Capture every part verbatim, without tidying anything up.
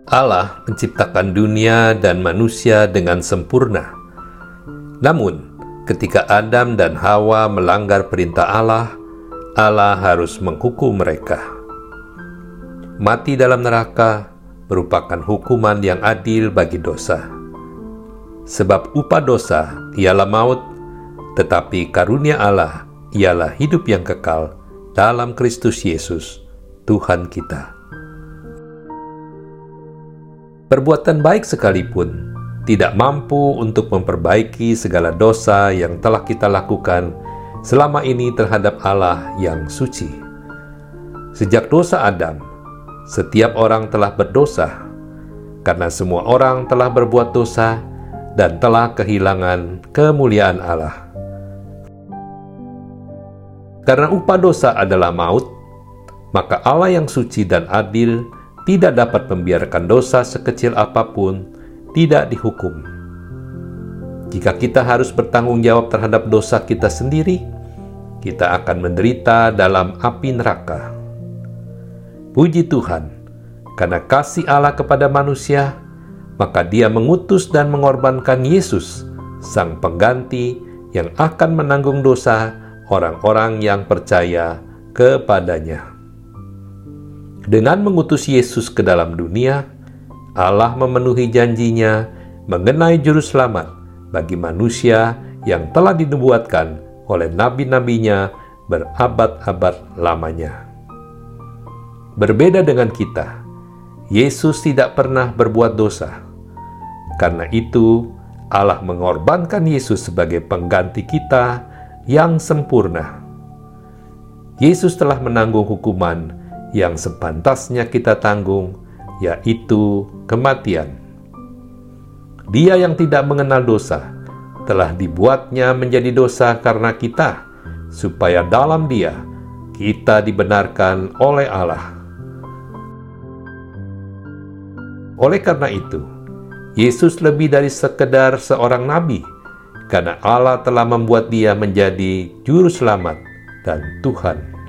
Allah menciptakan dunia dan manusia dengan sempurna. Namun, ketika Adam dan Hawa melanggar perintah Allah, Allah harus menghukum mereka. Mati dalam neraka merupakan hukuman yang adil bagi dosa. Sebab upah dosa ialah maut, tetapi karunia Allah ialah hidup yang kekal dalam Kristus Yesus, Tuhan kita. Perbuatan baik sekalipun tidak mampu untuk memperbaiki segala dosa yang telah kita lakukan selama ini terhadap Allah yang suci. Sejak dosa Adam, setiap orang telah berdosa, karena semua orang telah berbuat dosa dan telah kehilangan kemuliaan Allah. Karena upah dosa adalah maut, maka Allah yang suci dan adil tidak dapat membiarkan dosa sekecil apapun tidak dihukum. Jika kita harus bertanggung jawab terhadap dosa kita sendiri, kita akan menderita dalam api neraka. Puji Tuhan, karena kasih Allah kepada manusia, maka Dia mengutus dan mengorbankan Yesus, Sang Pengganti yang akan menanggung dosa orang-orang yang percaya kepadanya. Dengan mengutus Yesus ke dalam dunia, Allah memenuhi janjinya mengenai juru selamat bagi manusia yang telah dinubuatkan oleh nabi-nabinya berabad-abad lamanya. Berbeda dengan kita, Yesus tidak pernah berbuat dosa. Karena itu, Allah mengorbankan Yesus sebagai pengganti kita yang sempurna. Yesus telah menanggung hukuman yang sepantasnya kita tanggung, yaitu kematian. Dia yang tidak mengenal dosa telah dibuatnya menjadi dosa karena kita, supaya dalam Dia kita dibenarkan oleh Allah. Oleh karena itu, Yesus lebih dari sekedar seorang nabi, karena Allah telah membuat Dia menjadi juru selamat dan Tuhan.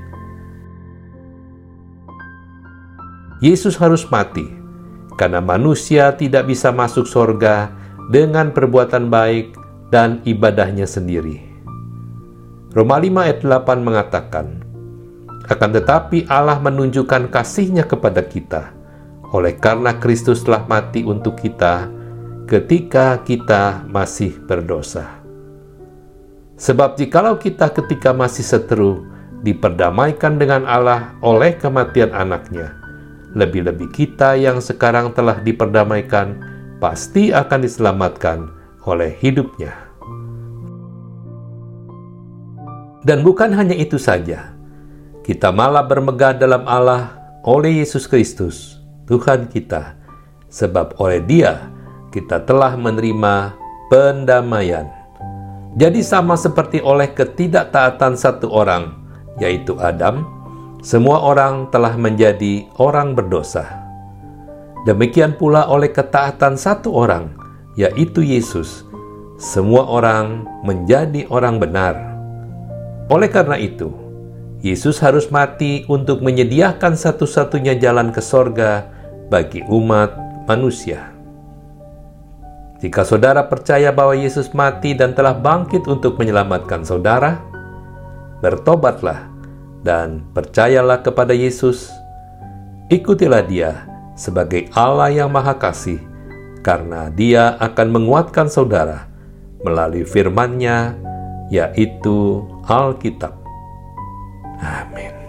Yesus harus mati, karena manusia tidak bisa masuk surga dengan perbuatan baik dan ibadahnya sendiri. Roma lima ayat delapan mengatakan, akan tetapi Allah menunjukkan kasih-Nya kepada kita, oleh karena Kristus telah mati untuk kita ketika kita masih berdosa. Sebab jikalau kita ketika masih seteru diperdamaikan dengan Allah oleh kematian anaknya, lebih-lebih kita yang sekarang telah diperdamaikan pasti akan diselamatkan oleh hidupnya. Dan bukan hanya itu saja, kita malah bermegah dalam Allah oleh Yesus Kristus, Tuhan kita, sebab oleh Dia kita telah menerima pendamaian. Jadi sama seperti oleh ketidaktaatan satu orang, yaitu Adam, semua orang telah menjadi orang berdosa. Demikian pula oleh ketaatan satu orang, yaitu Yesus, semua orang menjadi orang benar. Oleh karena itu, Yesus harus mati untuk menyediakan satu-satunya jalan ke sorga bagi umat manusia. Jika saudara percaya bahwa Yesus mati dan telah bangkit untuk menyelamatkan saudara, bertobatlah dan percayalah kepada Yesus. Ikutilah Dia sebagai Allah yang Maha Kasih, karena Dia akan menguatkan saudara melalui firman-Nya, yaitu Alkitab. Amin.